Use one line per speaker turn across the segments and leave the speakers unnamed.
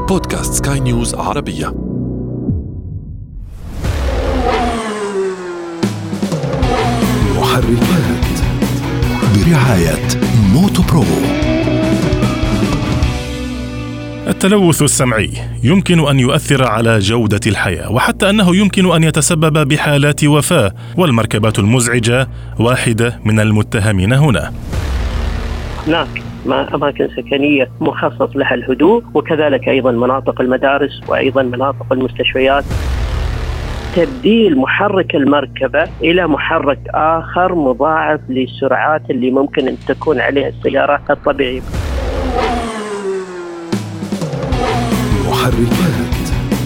بودكاست سكاي نيوز عربية. محركات برعاية موتو برو. التلوث السمعي يمكن أن يؤثر على جودة الحياة، وحتى أنه يمكن أن يتسبب بحالات وفاة، والمركبات المزعجة واحدة من المتهمين هنا.
هناك أماكن سكنية مخصص لها الهدوء، وكذلك أيضا مناطق المدارس وأيضا مناطق المستشفيات. تبديل محرك المركبة إلى محرك آخر مضاعف للسرعات اللي ممكن أن تكون عليها السيارة الطبيعية.
محركات.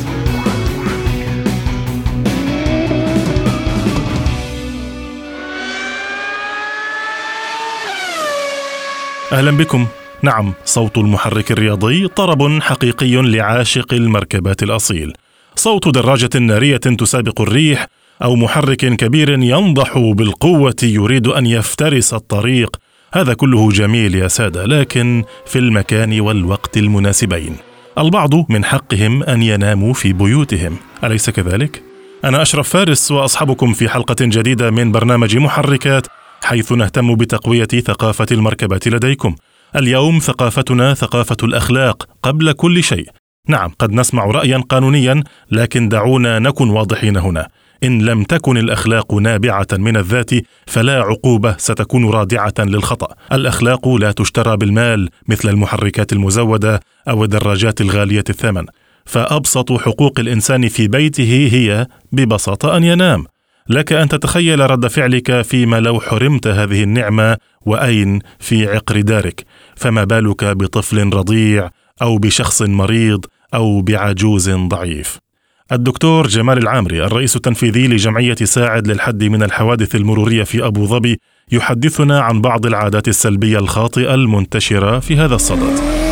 أهلا بكم. نعم، صوت المحرك الرياضي طرب حقيقي لعاشق المركبات الأصيل، صوت دراجة نارية تسابق الريح، أو محرك كبير ينضح بالقوة يريد أن يفترس الطريق. هذا كله جميل يا سادة، لكن في المكان والوقت المناسبين. البعض من حقهم أن يناموا في بيوتهم، أليس كذلك؟ أنا أشرف فارس وأصحبكم في حلقة جديدة من برنامج محركات، حيث نهتم بتقوية ثقافة المركبات لديكم. اليوم ثقافتنا ثقافة الأخلاق قبل كل شيء. نعم، قد نسمع رأيا قانونيا، لكن دعونا نكن واضحين هنا. إن لم تكن الأخلاق نابعة من الذات فلا عقوبة ستكون رادعة للخطأ. الأخلاق لا تشترى بالمال مثل المحركات المزودة أو الدراجات الغالية الثمن. فأبسط حقوق الإنسان في بيته هي ببساطة أن ينام. لك أن تتخيل رد فعلك فيما لو حرمت هذه النعمة، وأين في عقر دارك، فما بالك بطفل رضيع أو بشخص مريض أو بعجوز ضعيف. الدكتور جمال العامري، الرئيس التنفيذي لجمعية ساعد للحد من الحوادث المرورية في أبو ظبي، يحدثنا عن بعض العادات السلبية الخاطئة المنتشرة في هذا الصدد.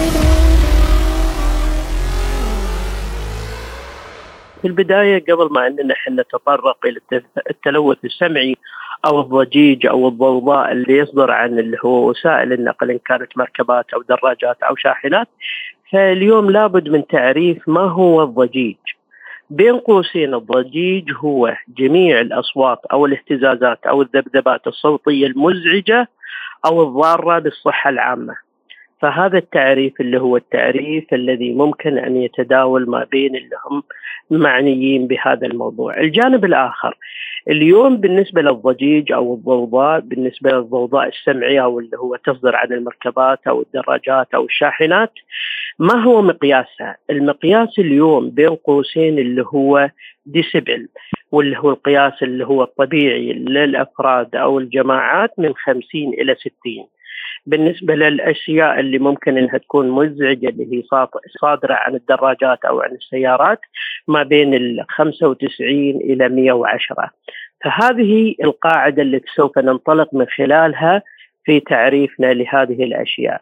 في البداية، قبل ما أننا نتطرق إلى التلوث السمعي أو الضجيج أو الضوضاء اللي يصدر عن اللي هو وسائل النقل، إن كانت مركبات أو دراجات أو شاحنات، فاليوم لابد من تعريف ما هو الضجيج. بين قوسين، الضجيج هو جميع الأصوات أو الاهتزازات أو الذبذبات الصوتية المزعجة أو الضارة بالصحة العامة. فهذا التعريف اللي هو التعريف الذي ممكن أن يتداول ما بين اللي هم معنيين بهذا الموضوع. الجانب الآخر اليوم بالنسبة للضجيج أو الضوضاء، بالنسبة للضوضاء السمعية أو اللي هو تصدر عن المركبات أو الدراجات أو الشاحنات، ما هو مقياسها؟ المقياس اليوم بين قوسين اللي هو ديسيبل، واللي هو القياس اللي هو الطبيعي للأفراد أو الجماعات من 50 إلى 60. بالنسبة للأشياء اللي ممكن أنها تكون مزعجة اللي هي صادرة عن الدراجات أو عن السيارات، ما بين 95 إلى 110. فهذه القاعدة اللي سوف ننطلق من خلالها في تعريفنا لهذه الأشياء.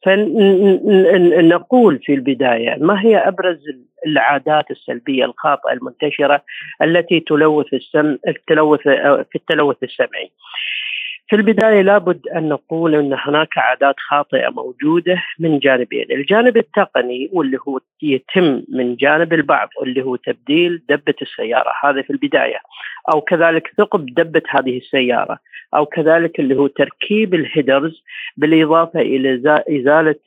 فنقول في البداية، ما هي أبرز العادات السلبية الخاطئة المنتشرة التي تلوث في التلوث السمعي؟ في البداية لابد أن نقول أن هناك عادات خاطئة موجودة من جانبين. الجانب التقني واللي هو يتم من جانب البعض، واللي هو تبديل دبة السيارة، هذا في البداية، أو كذلك ثقب دبة هذه السيارة، أو كذلك اللي هو تركيب الهيدرز، بالإضافة إلى إزالة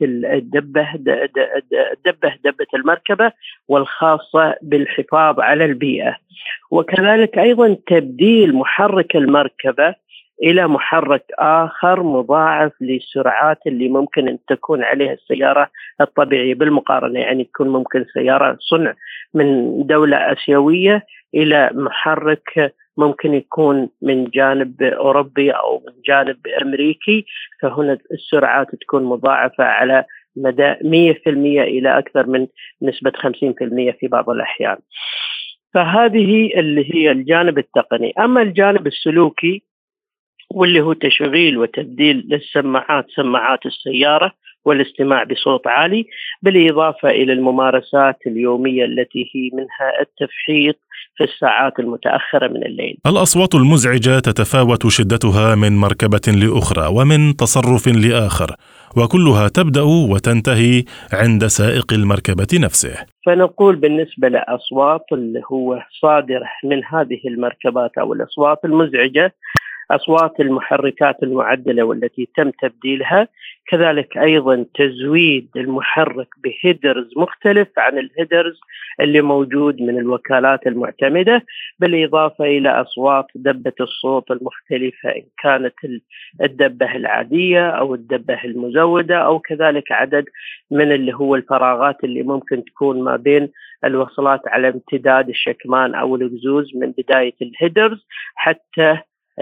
دبة المركبة، والخاصة بالحفاظ على البيئة. وكذلك أيضا تبديل محرك المركبة إلى محرك آخر مضاعف للسرعات اللي ممكن أن تكون عليها السيارة الطبيعية بالمقارنة. يعني تكون ممكن سيارة صنع من دولة آسيوية إلى محرك ممكن يكون من جانب أوروبي أو من جانب أمريكي، فهنا السرعات تكون مضاعفة على مدى 100% إلى أكثر من نسبة 50% في بعض الأحيان. فهذه اللي هي الجانب التقني. أما الجانب السلوكي، واللي هو تشغيل وتبديل سماعات السيارة والاستماع بصوت عالي، بالإضافة إلى الممارسات اليومية التي هي منها التفحيط في الساعات المتأخرة من الليل.
الأصوات المزعجة تتفاوت شدتها من مركبة لأخرى ومن تصرف لآخر، وكلها تبدأ وتنتهي عند سائق المركبة نفسه.
فنقول بالنسبة لأصوات اللي هو صادرة من هذه المركبات أو الأصوات المزعجة، أصوات المحركات المعدلة والتي تم تبديلها، كذلك أيضا تزويد المحرك بهيدرز مختلف عن الهيدرز اللي موجود من الوكالات المعتمدة، بالإضافة إلى أصوات دبة الصوت المختلفة إن كانت الدبة العادية أو الدبة المزودة، أو كذلك عدد من اللي هو الفراغات اللي ممكن تكون ما بين الوصلات على امتداد الشكمان أو الإكزوز من بداية الهيدرز حتى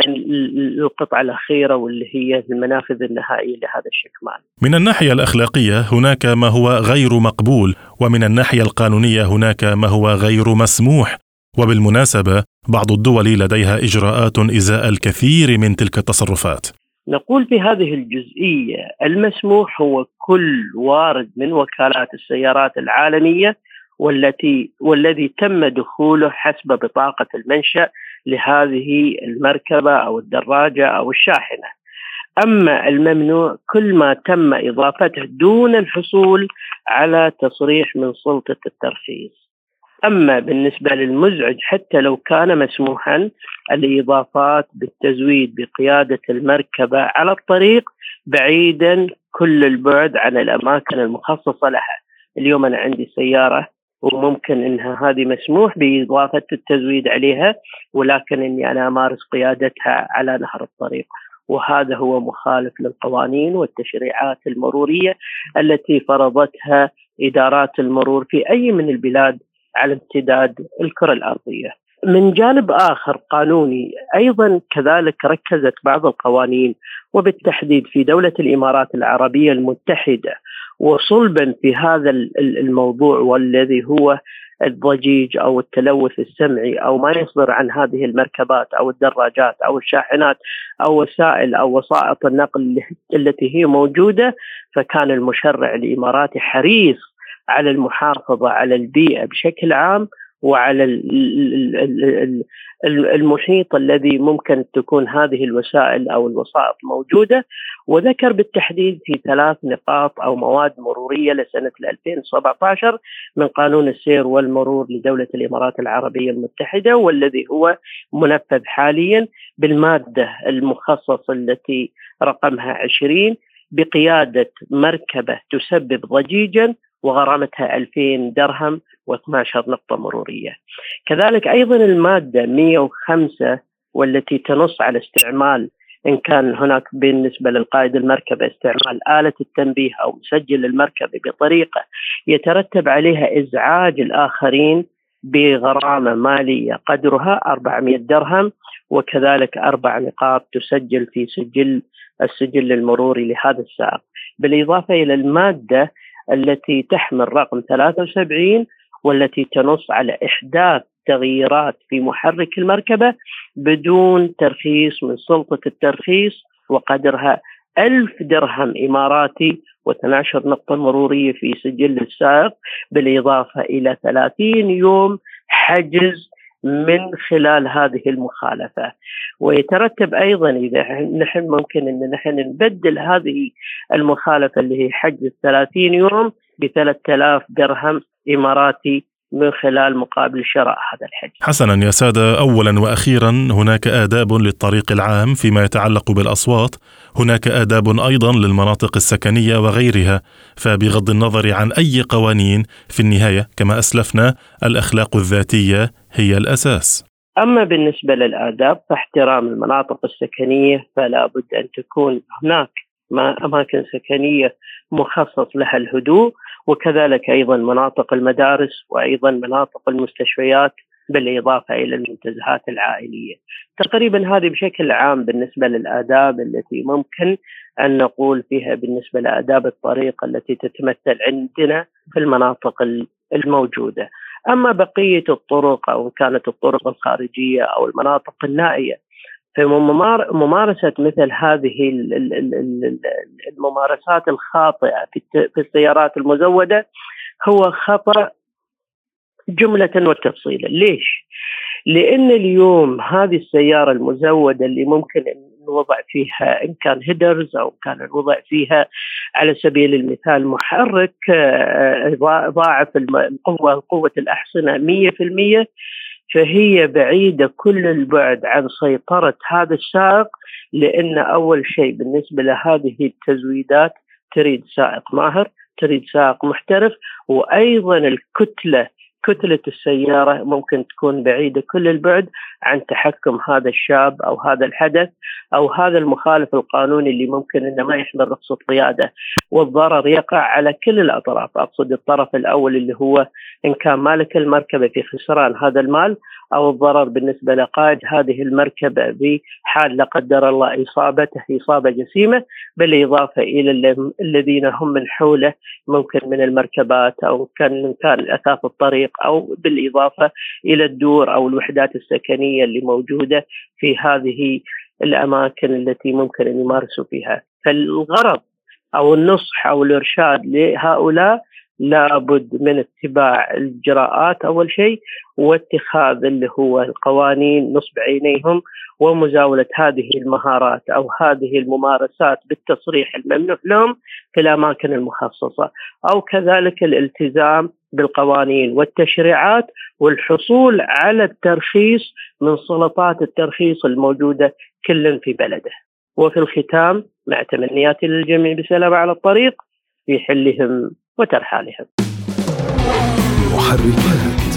القطعة الأخيرة واللي هي المنافذ النهائية لهذا الشكمان.
من الناحية الأخلاقية هناك ما هو غير مقبول، ومن الناحية القانونية هناك ما هو غير مسموح. وبالمناسبة بعض الدول لديها إجراءات إزاء الكثير من تلك التصرفات.
نقول في هذه الجزئية المسموح هو كل وارد من وكالات السيارات العالمية والذي تم دخوله حسب بطاقة المنشأ لهذه المركبة أو الدراجة أو الشاحنة. أما الممنوع كل ما تم إضافته دون الحصول على تصريح من سلطة الترخيص. أما بالنسبة للمزعج حتى لو كان مسموحا، الإضافات بالتزويد بقيادة المركبة على الطريق بعيدا كل البعد عن الأماكن المخصصة لها. اليوم أنا عندي سيارة وممكن إنها هذه مسموح بإضافة التزويد عليها، ولكن إني أنا أمارس قيادتها على نهر الطريق، وهذا هو مخالف للقوانين والتشريعات المرورية التي فرضتها إدارات المرور في أي من البلاد على امتداد الكرة الأرضية. من جانب آخر قانوني أيضا كذلك ركزت بعض القوانين وبالتحديد في دولة الإمارات العربية المتحدة وصلبا في هذا الموضوع، والذي هو الضجيج أو التلوث السمعي أو ما يصدر عن هذه المركبات أو الدراجات أو الشاحنات أو وسائل أو وسائط النقل التي هي موجودة. فكان المشرع الإماراتي حريص على المحافظة على البيئة بشكل عام وعلى المحيط الذي ممكن تكون هذه الوسائل أو الوسائط موجودة، وذكر بالتحديد في 3 نقاط أو مواد مرورية لسنة 2017 من قانون السير والمرور لدولة الإمارات العربية المتحدة، والذي هو منفذ حاليا بالمادة المخصصة التي رقمها 20 بقيادة مركبة تسبب ضجيجا وغرامتها 2000 درهم و12 نقطة مرورية. كذلك أيضا المادة 105 والتي تنص على استعمال إن كان هناك بالنسبة للقائد المركبة استعمال آلة التنبيه أو مسجل المركبة بطريقة يترتب عليها إزعاج الآخرين بغرامة مالية قدرها 400 درهم، وكذلك 4 نقاط تسجل في السجل المروري لهذا السائق. بالإضافة إلى المادة التي تحمل رقم 73 والتي تنص على إحداث تغييرات في محرك المركبة بدون ترخيص من سلطة الترخيص وقدرها 1000 درهم إماراتي و12 نقطة مرورية في سجل السائق، بالإضافة إلى 30 يوم حجز من خلال هذه المخالفة. ويترتب أيضا إذا نحن ممكن أن نحن نبدل هذه المخالفة اللي هي حجز 30 يوم ب3000 درهم إماراتي من خلال مقابل شراء هذا الحجز.
حسنا يا سادة، أولا وأخيرا هناك آداب للطريق العام فيما يتعلق بالأصوات، هناك آداب أيضا للمناطق السكنية وغيرها، فبغض النظر عن أي قوانين في النهاية كما أسلفنا الأخلاق الذاتية هي الأساس.
أما بالنسبة للآداب فاحترام المناطق السكنية، فلا بد أن تكون هناك أماكن سكنية مخصص لها الهدوء، وكذلك أيضا مناطق المدارس وأيضا مناطق المستشفيات بالإضافة إلى المنتزهات العائلية. تقريبا هذه بشكل عام بالنسبة للآداب التي ممكن أن نقول فيها بالنسبة لآداب الطريق التي تتمثل عندنا في المناطق الموجودة. أما بقية الطرق أو كانت الطرق الخارجية أو المناطق النائية، في ممارسة مثل هذه الممارسات الخاطئة في السيارات المزودة هو خطأ جملة وتفصيلا. ليش؟ لأن اليوم هذه السيارة المزودة اللي ممكن الوضع فيها إن كان هيدرز أو كان الوضع فيها على سبيل المثال محرك ضاعف قوة الأحصنة 100%، فهي بعيدة كل البعد عن سيطرة هذا السائق، لأن أول شيء بالنسبة لهذه التزويدات تريد سائق ماهر، تريد سائق محترف، وأيضا كتلة السيارة ممكن تكون بعيدة كل البعد عن تحكم هذا الشاب أو هذا الحدث أو هذا المخالف القانوني اللي ممكن إنه ما يحمل رخصة قيادة، والضرر يقع على كل الأطراف. أقصد الطرف الأول اللي هو إن كان مالك المركبة في خسران هذا المال، أو الضرر بالنسبة لقائد هذه المركبة بحال لا قدر الله إصابته إصابة جسيمة، بالإضافة إلى الذين هم من حوله ممكن من المركبات أو كان أثاث الطريق، أو بالإضافة إلى الدور أو الوحدات السكنية اللي موجودة في هذه الأماكن التي ممكن أن يمارسوا فيها. فالغرض أو النصح أو الإرشاد لهؤلاء لابد من اتباع الإجراءات أول شيء، واتخاذ اللي هو القوانين نصب عينيهم، ومزاولة هذه المهارات أو هذه الممارسات بالتصريح الممنوح لهم في الأماكن المخصصة، أو كذلك الالتزام بالقوانين والتشريعات والحصول على الترخيص من سلطات الترخيص الموجودة كل في بلده. وفي الختام مع تمنياتي للجميع بسلامة على الطريق في حلهم وترحالهم.
محركات.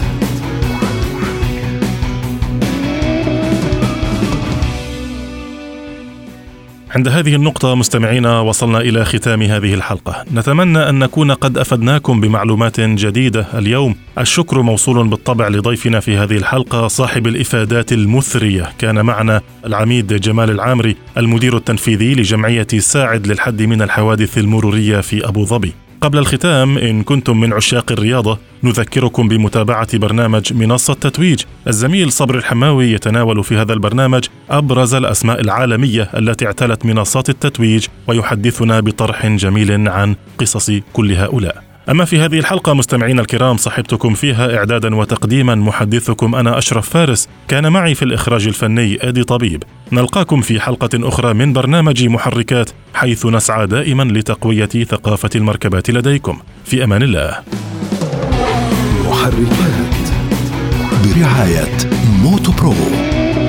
عند هذه النقطة مستمعينا وصلنا إلى ختام هذه الحلقة. نتمنى أن نكون قد أفدناكم بمعلومات جديدة اليوم. الشكر موصول بالطبع لضيفنا في هذه الحلقة صاحب الإفادات المثرية. كان معنا العميد جمال العامري المدير التنفيذي لجمعية ساعد للحد من الحوادث المرورية في أبو ظبي. قبل الختام، إن كنتم من عشاق الرياضة نذكركم بمتابعة برنامج منصة تتويج. الزميل صبر الحماوي يتناول في هذا البرنامج أبرز الأسماء العالمية التي اعتلت منصات التتويج، ويحدثنا بطرح جميل عن قصص كل هؤلاء. أما في هذه الحلقة مستمعين الكرام، صحبتكم فيها إعدادا وتقديما محدثكم أنا أشرف فارس، كان معي في الإخراج الفني أدي طبيب. نلقاكم في حلقة أخرى من برنامج محركات، حيث نسعى دائما لتقوية ثقافة المركبات لديكم. في أمان الله.
محركات برعاية موتو برو.